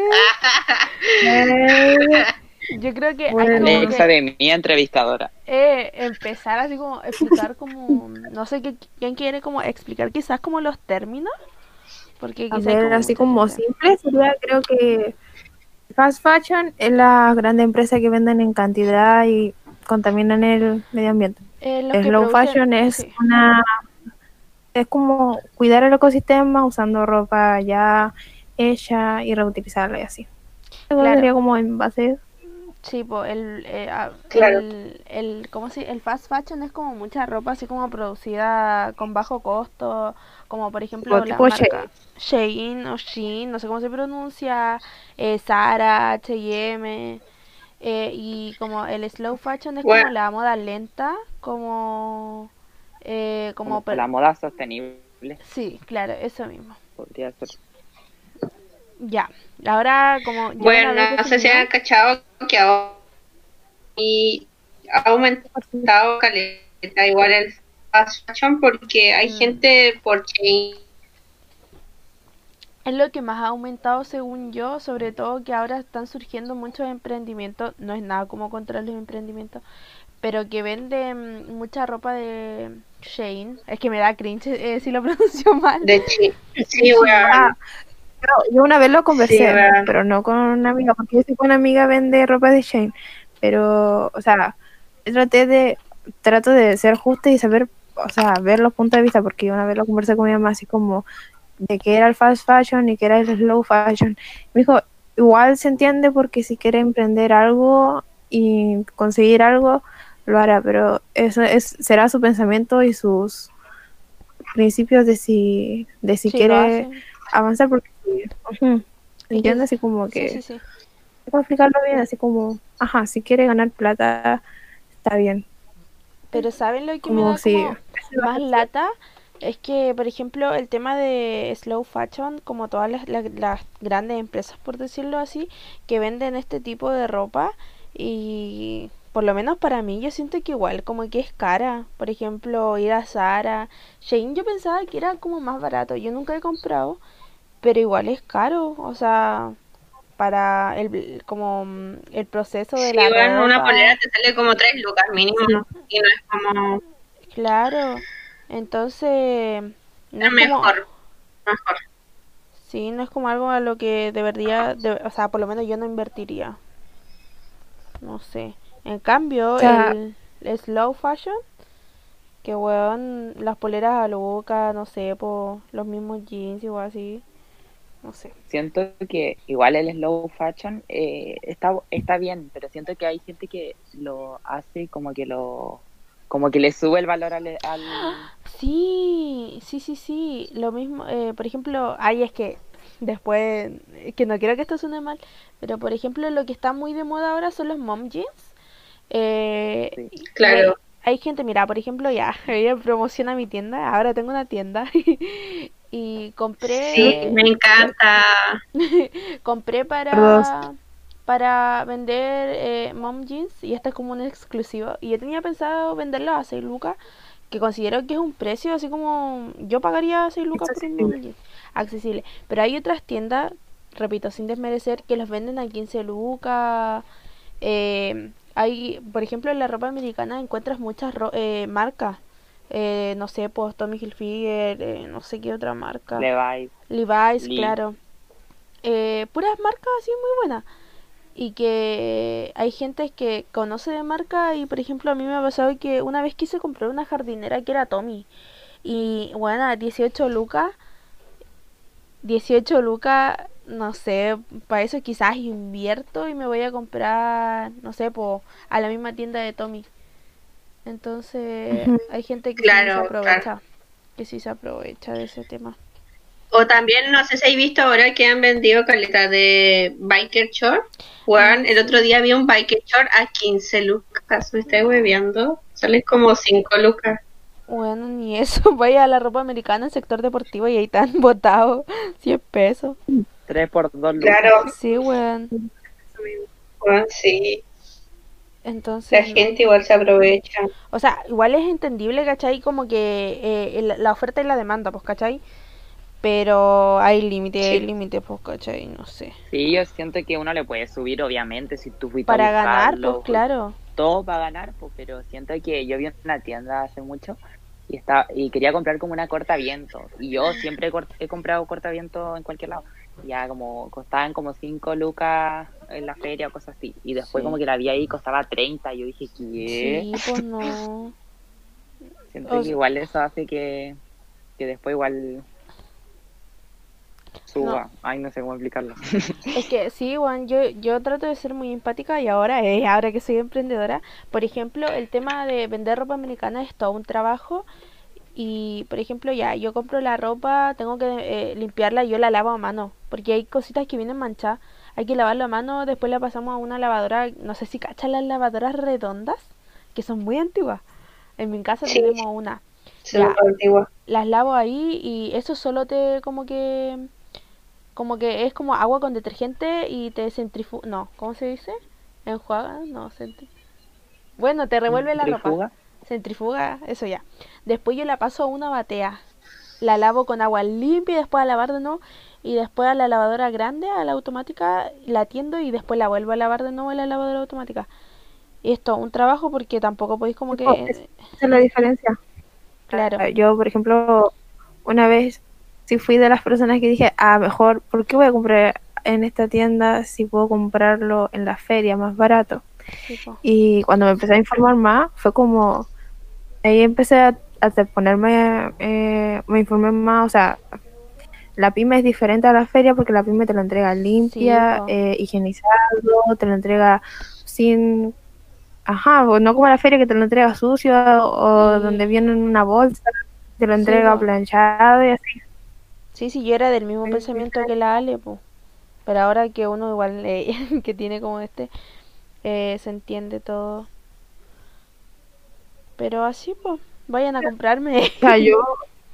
Eh, Yo creo que hay como bueno, Alexa que de mi entrevistadora. eh, empezar así como explicar como, no sé qué, quién quiere como explicar quizás como los términos, porque a quizás hay ver, como así mucha como gente. simple, sería creo que fast fashion es la grande empresa que venden en cantidad y contaminan el medio ambiente. Eh, los que Slow producen, fashion es sí, una, es como cuidar el ecosistema usando ropa ya hecha y reutilizarla y así. Eso claro. sería como en base. Sí, po, el, eh, ah, Claro. el, el, ¿cómo se, el fast fashion es como mucha ropa así como producida con bajo costo, como por ejemplo Tipo, las tipo marcas Shein. Shein o Shein, no sé cómo se pronuncia, eh, Zara, H y M, eh, y como el slow fashion es Bueno, como la moda lenta, como, eh, como, Como per- la moda sostenible, sí, claro, eso mismo. podría ser. Ya, ahora como ya una vez bueno, no sé si han definido, cachado que ahora y ha aumentado caleta igual el fast fashion porque hay mm, gente por chain. es lo que más ha aumentado según yo, sobre todo que ahora están surgiendo muchos emprendimientos, no es nada como contra los emprendimientos, pero que venden mucha ropa de Shein, es que me da cringe eh, si lo pronuncio mal, De chi de sí, Shein. Ah, weón. yo, yo una vez lo Sí, conversé, weón. pero no con una amiga, porque yo sé que una amiga vende ropa de Shein, pero, o sea, yo traté de, trato de ser justa y saber, o sea, ver los puntos de vista, porque yo una vez lo conversé con mi mamá así como de que era el fast fashion y que era el slow fashion. Me dijo, igual se entiende porque si quiere emprender algo y conseguir algo, lo hará, pero eso es, será su pensamiento y sus principios de si, de si Sí, lo quiere hacen. avanzar, porque ujú, Es que, entiende así como sí, sí, que, sí. ¿cómo explicarlo bien? Así como, ajá, si quiere ganar plata, está bien. Pero ¿saben lo que me Como da si como más lata? Es que, por ejemplo, el tema de slow fashion, como todas las, las, las grandes empresas, por decirlo así, que venden este tipo de ropa y por lo menos para mí yo siento que igual como que es cara. Por ejemplo, ir a Zara, Shein yo pensaba que era como más barato. Yo nunca he comprado, pero igual es caro. O sea, para el como mm, el proceso de Sí, la weón, una polera ropa. te sale como tres lucas mínimo sí, y no es como Claro, entonces no es es como, mejor, mejor. sí, no es como algo a lo que debería, de- o sea, por lo menos yo no invertiría, no sé. En o cambio, sea, el, el slow fashion, que weón, las poleras a lo boca, no sé, por los mismos jeans o así, no sé. Siento que igual el slow fashion eh, está, está bien, pero siento que hay gente que lo hace como que lo como que le sube el valor al, al Sí, sí, sí, sí, lo mismo, eh, por ejemplo, ay, es que después, es que no quiero que esto suene mal, pero por ejemplo, lo que está muy de moda ahora son los mom jeans. Eh, sí. y y hay, Claro. hay gente, mira, por ejemplo, ya, ella promociona mi tienda, ahora tengo una tienda y Sí, compré, me encanta. compré perdón, para, para vender eh, mom jeans y este es como un exclusivo y yo tenía pensado venderlo a seis lucas, que considero que es un precio así como yo pagaría seis lucas esto por sí, un mom jeans, accesible, pero hay otras tiendas, repito, sin desmerecer, que los venden a quince lucas. Eh, hay, por ejemplo, en la ropa americana encuentras muchas ro- eh, marcas. Eh, no sé, pues Tommy Hilfiger, eh, no sé qué otra marca. Levi's, Levi's, Lee, claro. Eh, puras marcas así muy buenas. Y que hay gente que conoce de marca y, por ejemplo, a mí me ha pasado que una vez quise comprar una jardinera que era Tommy. Y, bueno, dieciocho lucas dieciocho lucas, no sé, para eso quizás invierto y me voy a comprar, no sé, po, a la misma tienda de Tommy. Entonces, ujú, hay gente que sí se Claro, claro. aprovecha, que sí se aprovecha de ese tema. O también, no sé si habéis visto ahora que han vendido caleta de biker short. Weón, el otro día vi un biker short a quince lucas. ¿Me estoy hueveando? Salen como cinco lucas. Bueno, ni eso. Vaya a la ropa americana en sector deportivo y ahí están botados cien pesos. Tres por dos lucas. Claro, Sí, weón. weón, sí. La Entonces, no. gente igual se aprovecha. O sea, igual es entendible, ¿cachai? Como que eh, el- la oferta y la demanda, pues, ¿cachai? Pero hay límite, hay Sí. límite, pues, ¿cachai? No sé. Sí, yo siento que uno le puede subir, obviamente, si tú fuiste Para a ganar, buscarlo, pues, claro. todo para ganar, pues, pero siento que yo vi en una tienda hace mucho y estaba, y quería comprar como una cortaviento, y yo siempre he, cort- he comprado cortaviento en cualquier lado, ya como costaban como cinco lucas en la feria o cosas así, y después Sí. como que la vi ahí y costaba treinta, y yo dije, ¿qué? Sí, pues no. Siento O que sea, igual eso hace que, que después igual suba, no. ay, no sé cómo explicarlo. Es que sí, Juan, yo, yo trato de ser muy empática y ahora, eh, ahora que soy emprendedora, por ejemplo, el tema de vender ropa americana es todo un trabajo y, por ejemplo, ya, yo compro la ropa, tengo que eh, limpiarla, yo la lavo a mano, porque hay cositas que vienen manchadas, hay que lavarla a mano, después la pasamos a una lavadora, no sé si cachan las lavadoras redondas, que son muy antiguas. En mi casa Sí, tenemos una. se me Ya, antigua. las lavo ahí y eso solo te como que como que es como agua con detergente y te centrifuga, no, ¿cómo se dice? Enjuaga, no, centri- bueno, te revuelve la ropa, ¿Trifuga? centrifuga, eso ya. Después yo la paso a una batea, la lavo con agua limpia y después a lavar de nuevo y después a la lavadora grande, a la automática, la tiendo y después la vuelvo a lavar de nuevo en la lavadora automática. Y esto, un trabajo porque tampoco podéis como Tipo, esa que, es la diferencia. claro, Ah, Yo, por ejemplo, una vez sí fui de las personas que dije, ah, mejor, ¿por qué voy a comprar en esta tienda si puedo comprarlo en la feria más barato? tipo, Y cuando me empecé a informar más, fue como, ahí empecé a, a te- ponerme, eh, me informé más, o sea, la pyme es diferente a la feria porque la pyme te lo entrega sí, limpia, po, eh, higienizado, te lo entrega sin, ajá, o no como la feria que te lo entrega sucio o donde y viene en una bolsa, te lo sí, entrega po. planchado y así. Sí, sí, yo era del mismo pensamiento que la Ale, po. Pero ahora que uno igual eh, que tiene como este, eh, se entiende todo. Pero así, pues, vayan a comprarme. O sea, yo,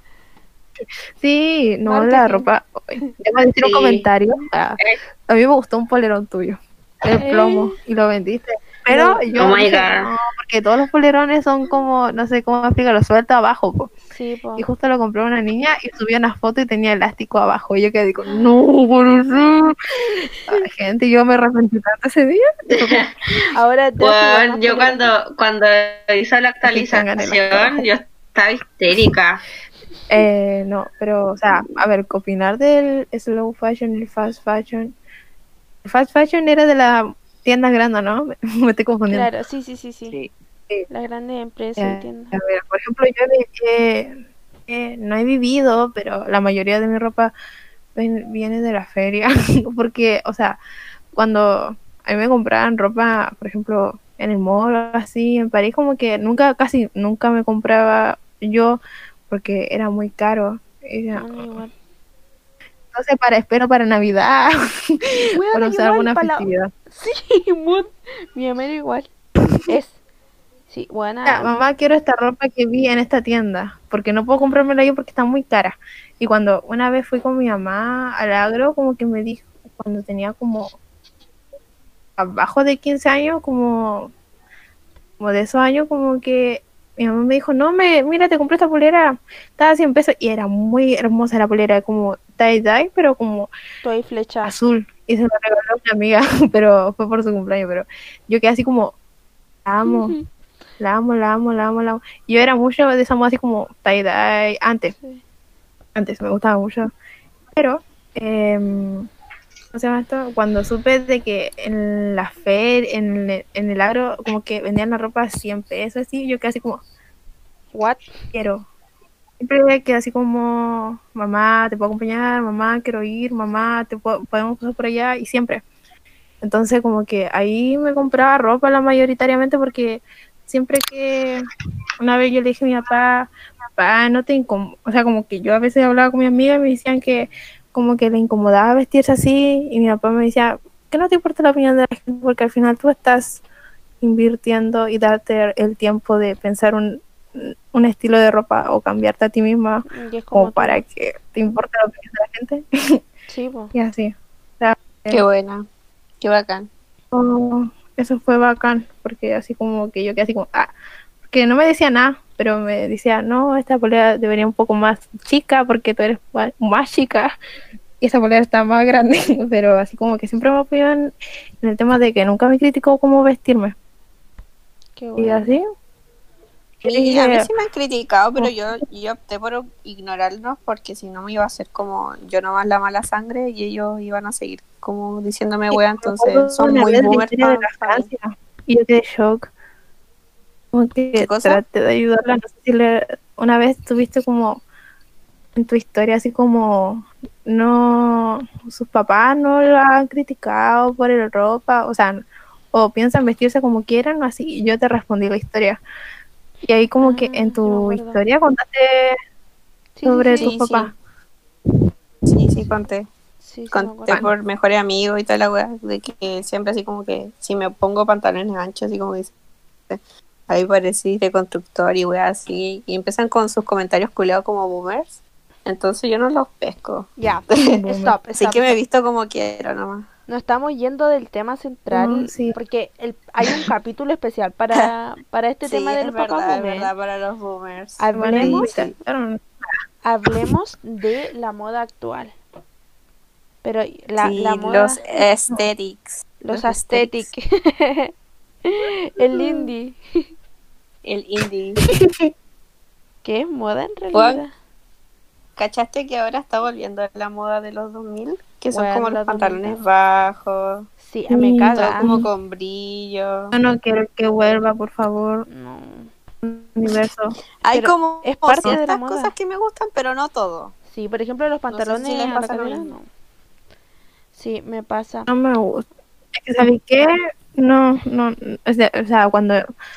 sí, no, la Marketing. ropa, debo decir un Sí. comentario, ah, a mí me gustó un polerón tuyo, de plomo, Eh, y lo vendiste. Pero lo- yo Oh my dije, god. no, porque todos los polerones son como, no sé cómo explicarlo, suelto abajo, po. sí, Y pues. justo lo compró una niña y subió una foto y tenía elástico abajo. Y yo quedé con, no, por eso. Ay, gente, yo me arrepentí tanto ese día. Y fue como, Ahora te vas a igual más Bueno, yo polerón. cuando, cuando hizo la es que tengan elástico abajo. actualización, yo estaba histérica. Eh, no, pero, o sea, a ver, ¿qué opinar del slow fashion y el fast fashion? El fast fashion era de la tienda grande, ¿no? Me estoy confundiendo. Claro, sí, sí, sí, sí. Sí. Las grandes empresas y Eh, tiendas. a ver, por ejemplo, yo eh, eh, no he vivido, pero la mayoría de mi ropa ven- viene de la feria. Porque, o sea, cuando a mí me compraban ropa, por ejemplo, en el mall o así, en París, como que nunca, casi nunca me compraba yo porque era muy caro. Era- A mí igual. entonces, para, espero para Navidad, Weón, para usar igual alguna para la... festividad. Sí, mon. Mi mamá era igual. Es. Sí, O buena. sea, mamá, quiero esta ropa que vi en esta tienda, porque no puedo comprármela yo porque está muy cara. Y cuando una vez fui con mi mamá al agro, como que me dijo, cuando tenía como abajo de quince años, como, como de esos años, como que mi mamá me dijo, no, me, mira, te compré esta polera, estaba a cien pesos, y era muy hermosa la polera, como tie-dye, pero como Tú ahí flecha. azul. Y se la regaló una amiga, pero fue por su cumpleaños, pero yo quedé así como, la amo, la amo, la amo, la amo, la amo. Yo era mucho de esa moda así como tie-dye, antes, Sí. antes me gustaba mucho, pero, eh, ¿cómo se llama esto? Cuando supe de que en la feria, en, el- en el agro, como que vendían la ropa a cien pesos, así, yo quedé así como, What? quiero. Siempre quedé así como, mamá, te puedo acompañar, mamá, quiero ir, mamá, te puedo, podemos pasar por allá, y siempre. Entonces, como que ahí me compraba ropa la mayoritariamente porque siempre que una vez yo le dije a mi papá, papás no te incom- o sea, como que yo a veces hablaba con mi amiga y me decían que como que le incomodaba vestirse así y mi papá me decía que no te importa la opinión de la gente porque al final tú estás invirtiendo y darte el tiempo de pensar un, un estilo de ropa o cambiarte a ti misma Y es como como para tú. que te importe la opinión de la gente Sí, pues. y así. O sea, Qué buena, qué bacán. oh, eso fue bacán porque así como que yo quedé así como, ah, que no me decía nada, pero me decía, no, esta polera debería un poco más chica porque tú eres ma- más chica y esta polera está más grande, pero así como que siempre me apoyan en el tema de que nunca me criticó cómo vestirme. Qué Y bueno. así, A yo mí, a mí dije, sí me han criticado, pero oh, yo, yo opté por ignorarlos porque si no me iba a hacer como yo nomás la mala sangre y ellos iban a seguir como diciéndome y wea, me entonces acuerdo son una muy vez de la boomers historia de para la mí. Francia y yo quedé shock, como ¿Qué que cosa? traté de ayudarla, no sé si le, una vez tuviste como en tu historia así como no, sus papás no la han criticado por el ropa, o sea, o piensan vestirse como quieran, o así, y yo te respondí la historia. Y ahí como que en Ah, sí me tu acuerdo. historia contaste Sí, sí, sobre sí. tus Sí, papás. sí, sí, sí, conté. Sí, sí me Conté acuerdo. por mejores amigos y toda la wea, de que siempre así como que si me pongo pantalones anchos, así como dice, ahí parecí de constructor y wea así, y empiezan con sus comentarios culeados como boomers, entonces yo no los pesco. Ya, Boomer. stop, Así stop, que me he stop. visto como quiero nomás. Nos estamos yendo del tema Oh, central sí. porque el, hay un capítulo especial para, para este Sí, tema de es los papás verdad, es boomer. verdad para los boomers. Me van a Sí, Hablemos, sí. invitar. hablemos de la moda actual. Pero la, Sí, la los moda, aesthetics. los Los aesthetics. aesthetic, el indie, El indie. que es moda en Juan, realidad. ¿cachaste que ahora está volviendo la moda de los dos mil? Que son Bueno, como los los dos mil pantalones dos. bajos, Sí, me Sí, todo caga. como con brillo. yo no quiero que vuelva, por favor, No. universo. Hay Pero como es parte de la ciertas moda. cosas que me gustan, pero no todo. Sí, por ejemplo, los No sé si pantalones les a la pasa lo cadera, mismo. no. Sí, me pasa. No me gusta. Es que, ¿sabes qué? No, no, o sea, o sea, cuando,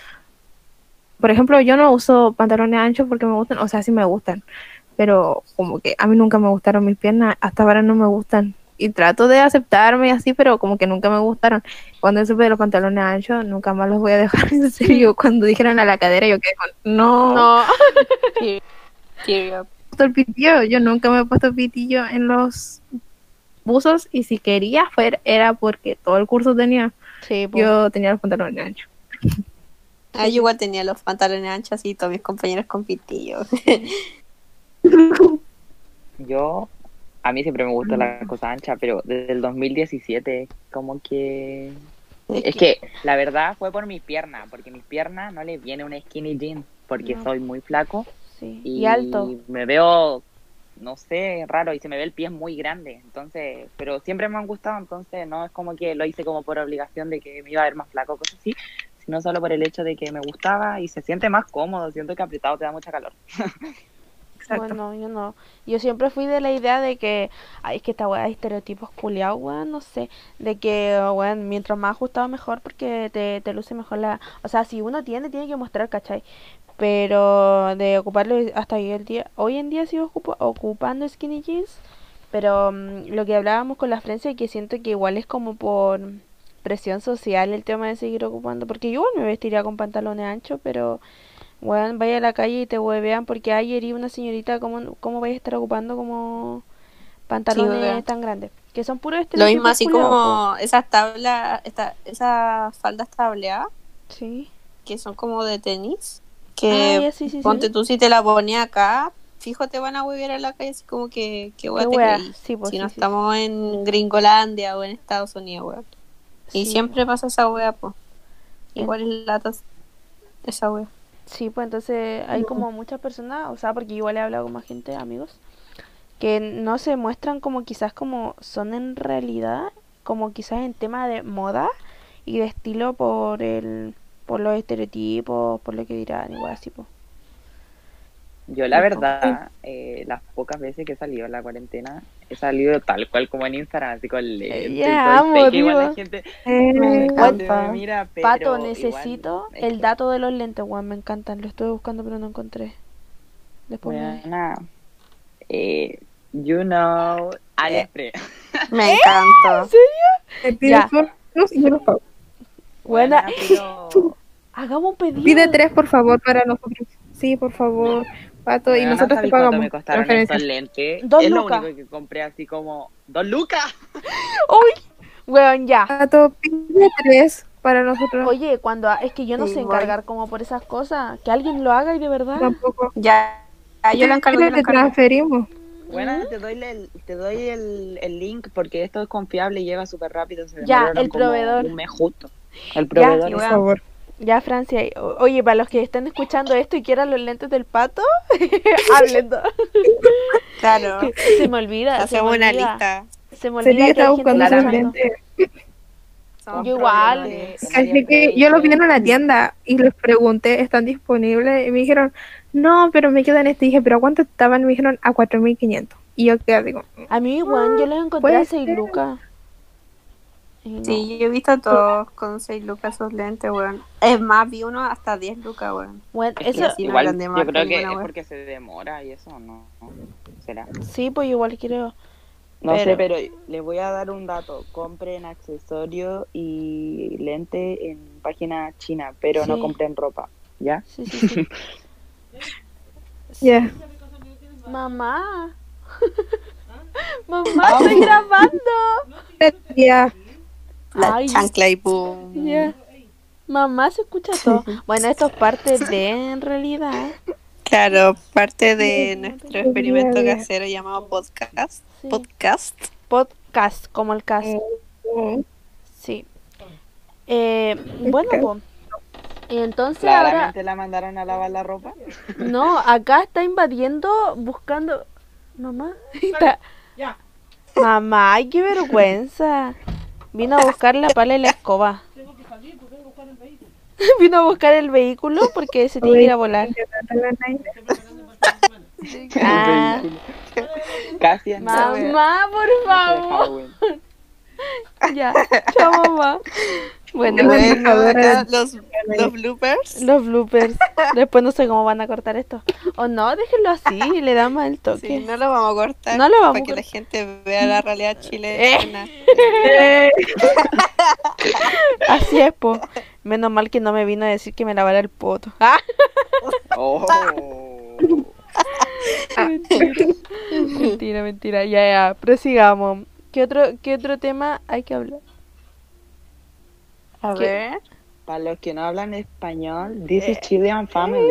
por ejemplo, yo no uso pantalones anchos porque me gustan, o sea, sí me gustan, pero como que a mí nunca me gustaron mis piernas, hasta ahora no me gustan. Y trato de aceptarme y así, pero como que nunca me gustaron. Cuando supe de los pantalones anchos, nunca más los voy a dejar. En serio, cuando dijeron a la cadera, yo quedé con, no, No. Period. Period. puesto el pitillo. Yo nunca me he puesto pitillo en los buzos y si quería fuera, era porque todo el curso tenía. Sí, po. Yo tenía los pantalones anchos. Ah, yo igual tenía los pantalones anchos y todos mis compañeros con pitillo. Yo, a mí siempre me gusta la cosa ancha, pero desde el dos mil diecisiete, como que... Es que la verdad fue por mi pierna, porque mis piernas no les viene una skinny jean, porque No. soy muy flaco Sí. y, Y alto. me veo, no sé, raro y se me ve el pie muy grande, entonces, pero siempre me han gustado, entonces no es como que lo hice como por obligación de que me iba a ver más flaco, cosas así, sino solo por el hecho de que me gustaba y se siente más cómodo, siento que apretado te da mucha calor. Exacto. Bueno, yo no. Yo siempre fui de la idea de que, ay, es que esta weá de estereotipos culiados, weón, no sé, de que, weón, mientras más ajustado mejor porque te, te luce mejor la... O sea, si uno tiene, tiene que mostrar, ¿cachai? Pero de ocuparlo hasta hoy, el día, hoy en día sigo ocupa- ocupando skinny jeans, pero mm, lo que hablábamos con la Francia, que siento que igual es como por presión social el tema de seguir ocupando, porque yo igual me vestiría con pantalones anchos, pero... Weón, vaya a la calle y te huevean porque ayer y una señorita, ¿cómo, cómo vais a estar ocupando como pantalones weón. tan grandes? Que son puros Lo estereotipos mismo así culiados, po. como esas tablas, esta, esas faldas tableadas, Sí. que son como de tenis, Ah, que ya, sí, sí, ponte sí. tú si te la pones acá, fijo te van a huevear en la calle así como que, que Qué weá te wea. creí. Sí, pues Si sí, no sí, sí. estamos en Gringolandia o en Estados Unidos, weón. Y Sí, siempre pasa esa wea, pues. En- Igual es lata esa wea. Sí, pues entonces hay como muchas personas, o sea, porque igual he hablado con más gente, amigos, que no se muestran como quizás como son en realidad, como quizás en tema de moda y de estilo por el por los estereotipos, por lo que dirán, igual así, pues. Yo la Sí, po. verdad, eh, las pocas veces que he salido en la cuarentena, he salido tal cual como en Instagram, así con lente y Ya, todo, y amo, sé que igual diva. la gente, Eh, Me la gente encanta. me mira, pero Pato, igual necesito es el que- dato de los lentes, weón, me encantan. Lo estuve buscando pero no encontré. Después me... Buena. Eh, you know, AliExpress. Me encanta. Me Ya. pides pornos y yo los pago. Buena. Buena, pero... Hagamos un pedido. Pide tres, por favor, para nosotros. Sí, por favor, Pato, y Bueno, nosotros te ¿sabes cuánto pagamos me costaron transferencia. estos lentes? Dos es lucas. lo único que compré así como... ¡Dos lucas! Uy, weón, ya. Pato, pide tres para nosotros. Oye, cuando es que yo no Sí, sé voy. encargar como por esas cosas, que alguien lo haga y de verdad. Tampoco. Ya, ya, yo lo encargo, yo lo Te encargo. transferimos. Bueno, te doy, el, te doy el, el link porque esto es confiable y llega súper rápido. Se Ya, demoraron el como proveedor. un mes justo. El proveedor. y es- Por favor. Ya, Francia. o- Oye, para los que estén escuchando esto y quieran los lentes del pato, hablen. Claro. Que se me olvida. Se me Hacemos una olvida. lista. Se me Celia olvida que está hay gente buscando esos claramente. escuchando. lentes. Somos Yo igual. proveedores en Así que AliExpress, yo los vi en pues. la tienda y les pregunté, ¿están disponibles? Y me dijeron, no, pero me quedan este. Y dije, ¿pero a cuánto estaban? Me dijeron, a cuatro mil quinientos. Y yo quedé digo, A mí, weón, yo los encontré puede a seis ser. lucas. Y no. Sí, yo he visto a todos con seis lucas esos lentes, weón. Es más, vi uno hasta diez lucas, weón. Bueno, Es que eso, sí, no igual, hablan de yo marca creo que ninguna, es wea. porque se demora y eso, ¿no? ¿No? ¿Será? sí, pues igual creo. No Pero- sé, pero les voy a dar un dato. Compren accesorio y lente en página china, pero no Sí. compren ropa, ¿ya? Sí, sí, sí. ya. Mamá. Mamá, estoy grabando. Ya. La Ay. chancla y boom. Ya. Mamá, se escucha todo. Bueno, esto es parte de, en realidad. Claro, parte de nuestro experimento Bien. casero llamado podcast. Sí. Podcast. Podcast, como el cast. Mm. Sí. Eh, bueno, pues. Y entonces Claramente la mandaron a lavar la ropa. ahora. No, acá está invadiendo, buscando. Mamá. Está... Mamá, ay, qué vergüenza. Vino a buscar la pala y la escoba. Vino a buscar el vehículo porque se tiene que ir a volar. Ah, Casi en mamá, por favor. Halloween. Ya, chao, mamá. Bueno, Bueno, Bueno, ahora- acá los, los bloopers. los bloopers. Después no sé cómo van a cortar esto. O no, déjenlo así, le damos el toque. Sí, no lo vamos a cortar. No lo vamos para a que la cortar. gente vea la realidad chilena. Eh, Así es, po. Menos mal que no me vino a decir que me lavara el poto. Ah, Oh. mentira. Mentira, mentira. Ya, ya, prosigamos. ¿Qué otro, qué otro tema hay que hablar? A ¿Qué? ver. Para los que no hablan español, this is Chilean family.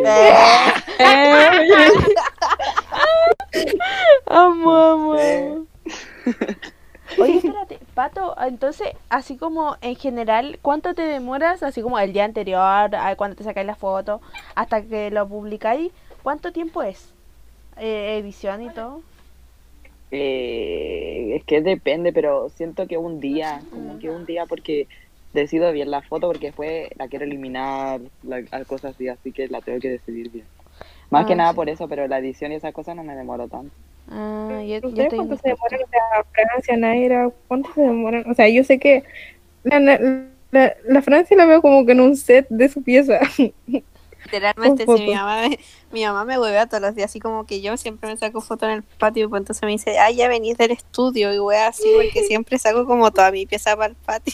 Amo, amo, Sí. amo. Oye, espérate, Pato, entonces, así como en general, ¿cuánto te demoras? Así como el día anterior, a cuando te sacáis la foto, hasta que lo publicáis, ¿cuánto tiempo es? Eh, edición y todo. Eh, es que depende, pero siento que un día, como que un día porque decido bien la foto porque después la quiero eliminar, la, cosas así, así que la tengo que decidir bien. Más Ah, que nada sí. por eso, pero la edición y esas cosas no me demoro tanto. Ah, yo, yo ¿Ustedes estoy cuánto en se demoran? O sea, Francia, Naira, ¿cuánto se demoran? O sea, yo sé que la, la, la, la Francia la veo como que en un set de su pieza. Literalmente, Con si mi fotos. mamá, me, mi mamá me huevea todos los días, así como que yo siempre me saco fotos en el patio, pues entonces me dice, ay, ya venís del estudio, y wea así, porque siempre saco como toda mi pieza para el patio.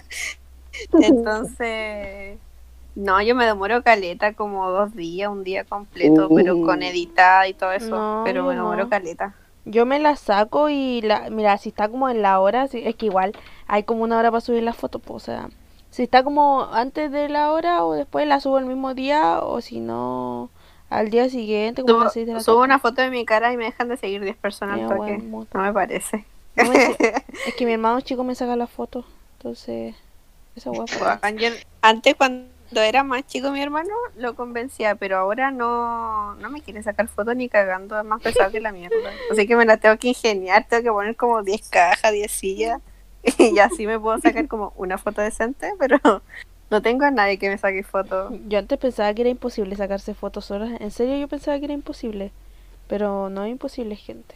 Entonces, no, yo me demoro caleta, como dos días, un día completo, Uh. pero con editada y todo eso, No, pero yo me demoro no. caleta. Yo me la saco y la, mira, si está como en la hora, sí, es que igual hay como una hora para subir la foto, pues, o sea, si está como antes de la hora o después la subo el mismo día o si no al día siguiente como a Subo, las seis de la subo tarde. una foto de mi cara y me dejan de seguir diez personas Ya, al toque. bueno, mucho. No me parece. No, es, que, es que mi hermano chico me saca la foto, entonces esa hueá para Weón, yo- antes cuando era más chico mi hermano lo convencía, pero ahora no, no me quiere sacar fotos ni cagando, es más pesado que la mierda. Así que me la tengo que ingeniar, tengo que poner como diez cajas, diez sillas y así me puedo sacar como una foto decente, pero no tengo a nadie que me saque fotos. Yo antes pensaba que era imposible sacarse fotos solas, en serio yo pensaba que era imposible, pero no es imposible, gente.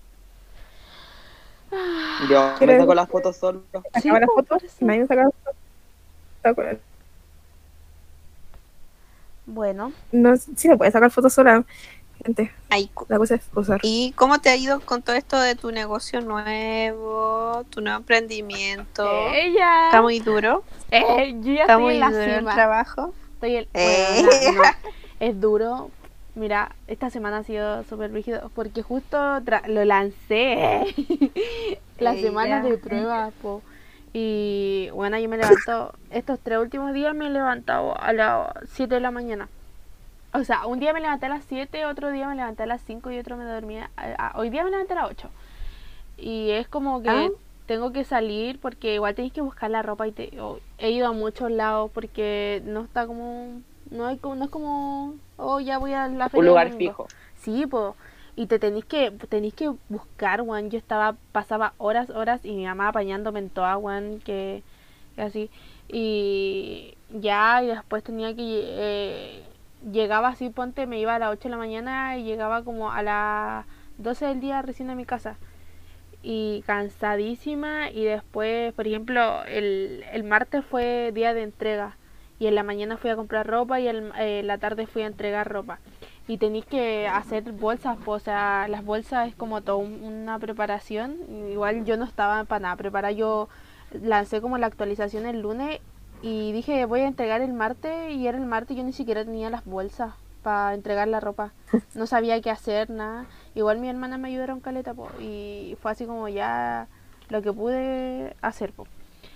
Yo me Creo- saco las fotos solo. Sí, Sacaba las po, fotos, por eso. nadie me sacaba las fotos. Saco las- Bueno, No, sí se puede sacar fotos sola, gente. Ay, cu- La cosa es usar. ¿y cómo te ha ido con todo esto de tu negocio nuevo, tu nuevo emprendimiento? Ella. ¿Está muy duro? Eh, yo ya ¿Está estoy muy en la duro el cima. trabajo? Estoy el, Eh. bueno, na- no, es duro. Mira, esta semana ha sido súper rígido porque justo tra- lo lancé la Ella. semana de prueba, po. Y bueno, yo me levanto, estos tres últimos días me he levantado a las siete de la mañana. O sea, un día me levanté a las siete, otro día me levanté a las cinco y otro me dormía. a- a- hoy día me levanté a las ocho. Y es como que Ah. tengo que salir porque igual tenéis que buscar la ropa y te, o- he ido a muchos lados porque no está como no hay como no es como oh ya voy a la feria Un del lugar domingo. fijo. Sí, pues y te tenéis que tenéis que buscar, Juan. Yo estaba pasaba horas horas y mi mamá apañándome en toda, Juan, que que así y ya y después tenía que eh, llegaba así, ponte, me iba a las ocho de la mañana y llegaba como a las doce del día recién a mi casa y cansadísima. Y después, por ejemplo, el, el martes fue día de entrega y en la mañana fui a comprar ropa y en eh, la tarde fui a entregar ropa y tenéis que hacer bolsas, pues, o sea, las bolsas es como toda un- una preparación. Igual yo no estaba para nada preparada, yo lancé como la actualización el lunes y dije voy a entregar el martes y era el martes y yo ni siquiera tenía las bolsas para entregar la ropa, no sabía qué hacer, nada. Igual mi hermana me ayudaron caleta, po, y fue así como ya lo que pude hacer, po.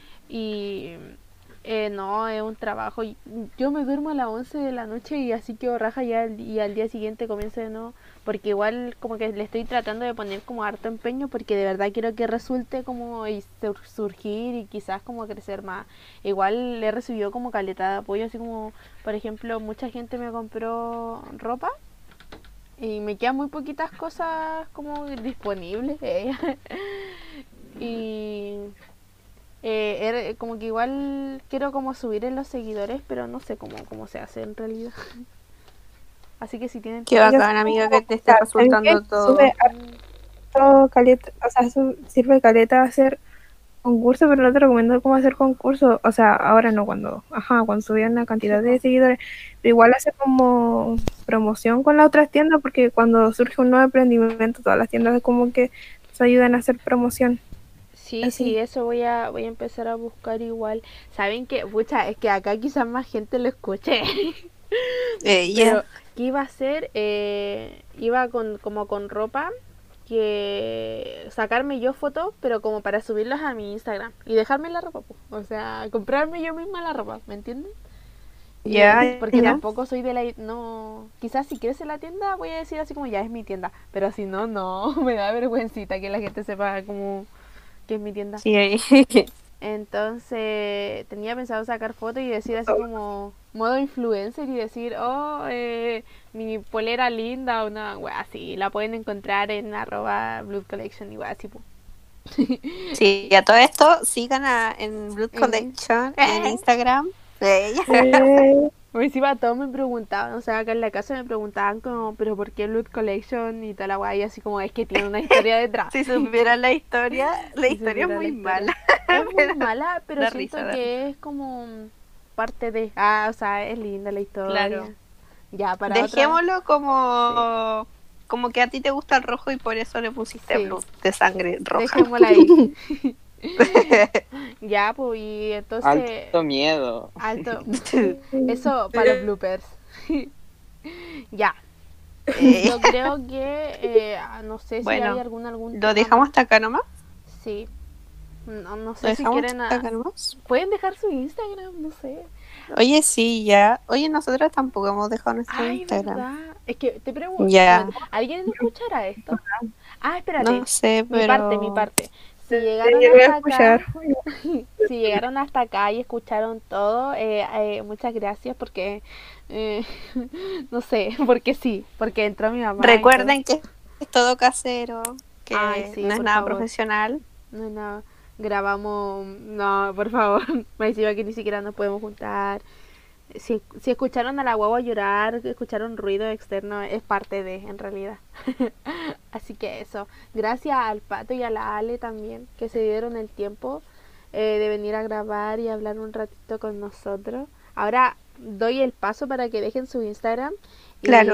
Y eh, no, es un trabajo. y- Yo me duermo a las once de la noche y así quedo raja ya al- y al día siguiente comienzo de nuevo. Porque igual como que le estoy tratando de poner como harto empeño porque de verdad quiero que resulte como y sur- surgir y quizás como crecer más. Igual he recibido como caleta de apoyo, así como por ejemplo mucha gente me compró ropa y me quedan muy poquitas cosas como disponibles. eh. y eh, er- como que igual quiero como subir en los seguidores, pero no sé cómo, cómo se hace en realidad. Así que si tienen Qué tips, bacán, amiga, que te esté ¿Saben qué? resultando todo. Sube harto caleta, o sea, su- sirve caleta hacer concurso, pero no te recomiendo cómo hacer concurso. O sea, ahora no, cuando, ajá, cuando subían la cantidad Sí, de po. seguidores, pero igual hacer como promoción con las otras tiendas, porque cuando surge un nuevo emprendimiento, todas las tiendas como que se ayudan a hacer promoción. Sí, Así. sí, eso voy a voy a empezar a buscar igual. Saben que, pucha, es que acá quizás más gente lo escuche. Ella. Pero, ¿qué iba a hacer? Eh, iba con como con ropa que sacarme yo fotos, pero como para subirlas a mi Instagram y dejarme la ropa, po. O sea, comprarme yo misma la ropa, ¿me entiendes? Y Ya, es- porque ya. tampoco soy de la no, quizás si crece la tienda voy a decir así como ya es mi tienda, pero si no, no, me da vergüencita que la gente sepa como que es mi tienda. Sí, ahí. Entonces tenía pensado sacar fotos y decir así como modo influencer y decir, oh, eh, mi polera linda, una wea así. La pueden encontrar en arroba Blood Collection y wea así. po. Sí, y a todo esto, sigan a, en Blood En- Collection en Instagram. Ella. Eh, Por encima todos me preguntaban, o sea, acá en la casa me preguntaban como, pero ¿por qué Blood Collection y toda la wea? Y así como, es que tiene una historia detrás. Si supieran la historia, la Si historia es supiera la muy historia. mala. Es muy mala, pero Da siento risa, da que es como parte de... Ah, o sea, es linda la historia. Claro. Ya, para otra... Dejémoslo como, como que a ti te gusta el rojo y por eso le pusiste Sí. Blood de sangre roja. Dejémosla ahí. Ya, pues, y entonces... Alto miedo. Alto. Eso para los bloopers. Ya. Eh, Yo creo que... eh, no sé si Bueno, hay algún... algún ¿Lo tema dejamos más. hasta acá nomás? Sí. No, no ¿Lo sé si dejamos quieren... hasta a- acá nomás? Pueden dejar su Instagram, no sé. Oye, sí, ya. Oye, nosotros tampoco hemos dejado nuestro Ay, Instagram. verdad. Es que te pregunto, Ya. ¿alguien escuchará esto? Ah, espérate. No sé, Mi pero... parte, mi parte. Si llegaron yo voy a hasta acá, escuchar. si llegaron hasta acá y escucharon todo, eh, eh, muchas gracias porque, eh, no sé, porque sí, porque entró mi mamá. y Recuerden que es todo casero, que Ay, sí, no es por nada favor. profesional. todo. No, no, grabamos, no, por favor, me decía que ni siquiera nos podemos juntar. Si, si escucharon a la guagua llorar, escucharon ruido externo, es parte de, en realidad. Así que eso. Gracias al Pato y a la Ale también, que se dieron el tiempo eh, de venir a grabar y hablar un ratito con nosotros. Ahora doy el paso para que dejen su Instagram. Y, Claro.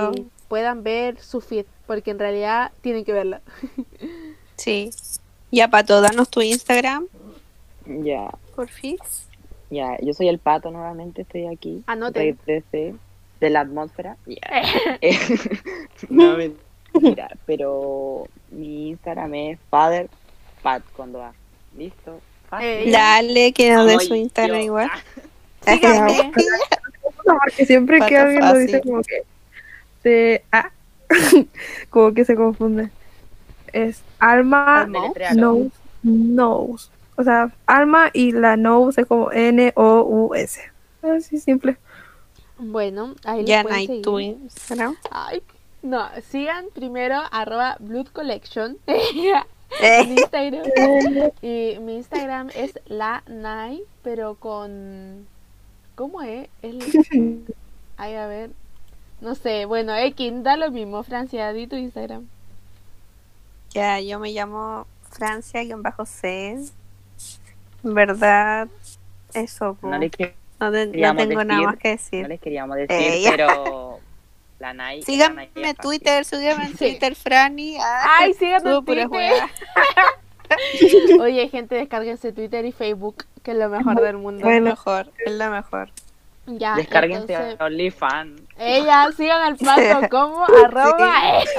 puedan ver su feed, porque en realidad tienen que verla. Sí. Ya, Pato, danos tu Instagram, Ya, por fin. ya, yo soy el pato nuevamente, estoy aquí. Anoten. Regresé de la atmósfera. Ya. Eh, no, mentira, pero mi Instagram es father pat cuando va. ¿Listo? Fácil. Eh, Dale, que nos dé Como su Instagram yo. igual. Síganme. Porque siempre que Pato alguien lo dice fácil. como que se ah, como que se confunde. Es Alma Alma. Deletréalo. Knows Knows. O sea, Alma y la Knows es como N O U S. Así simple. Bueno, ahí les Ya, pueden Night, seguir. tu Instagram. Ay, no, sigan primero arroba Blood Collection Eh, en Instagram. Y mi Instagram es la Nai, pero con... ¿Cómo es? El... Ay, a ver. No sé, bueno, X, da lo mismo, Francia, di tu Instagram. ya, yo me llamo Francia-C. En verdad, eso, po. No les que- No, te- no queríamos tengo nada decir, más que no decir. les queríamos decir, Eh, ya. pero la Nai. la Síganme Nai es en fácil. Twitter, síganme en Sí. Twitter, Franny. Ah, Ay, síganme subo en puras Twitter. weas. Oye, gente, descárguense Twitter y Facebook, que es lo mejor del mundo. Es Bueno. mejor, es la mejor. Ya, Descárguense entonces, a OnlyFans. ella, sigan al pato como arroba eh,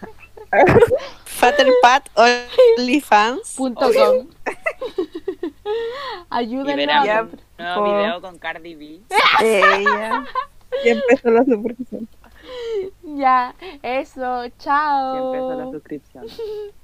Fatterpat OnlyFans. punto com. Y Ayúdenlo verán a un comprar. nuevo Oh. video con Cardi B. Ella. Ya empezó la superstición. Ya, eso, Que empezó la chao. suscripción.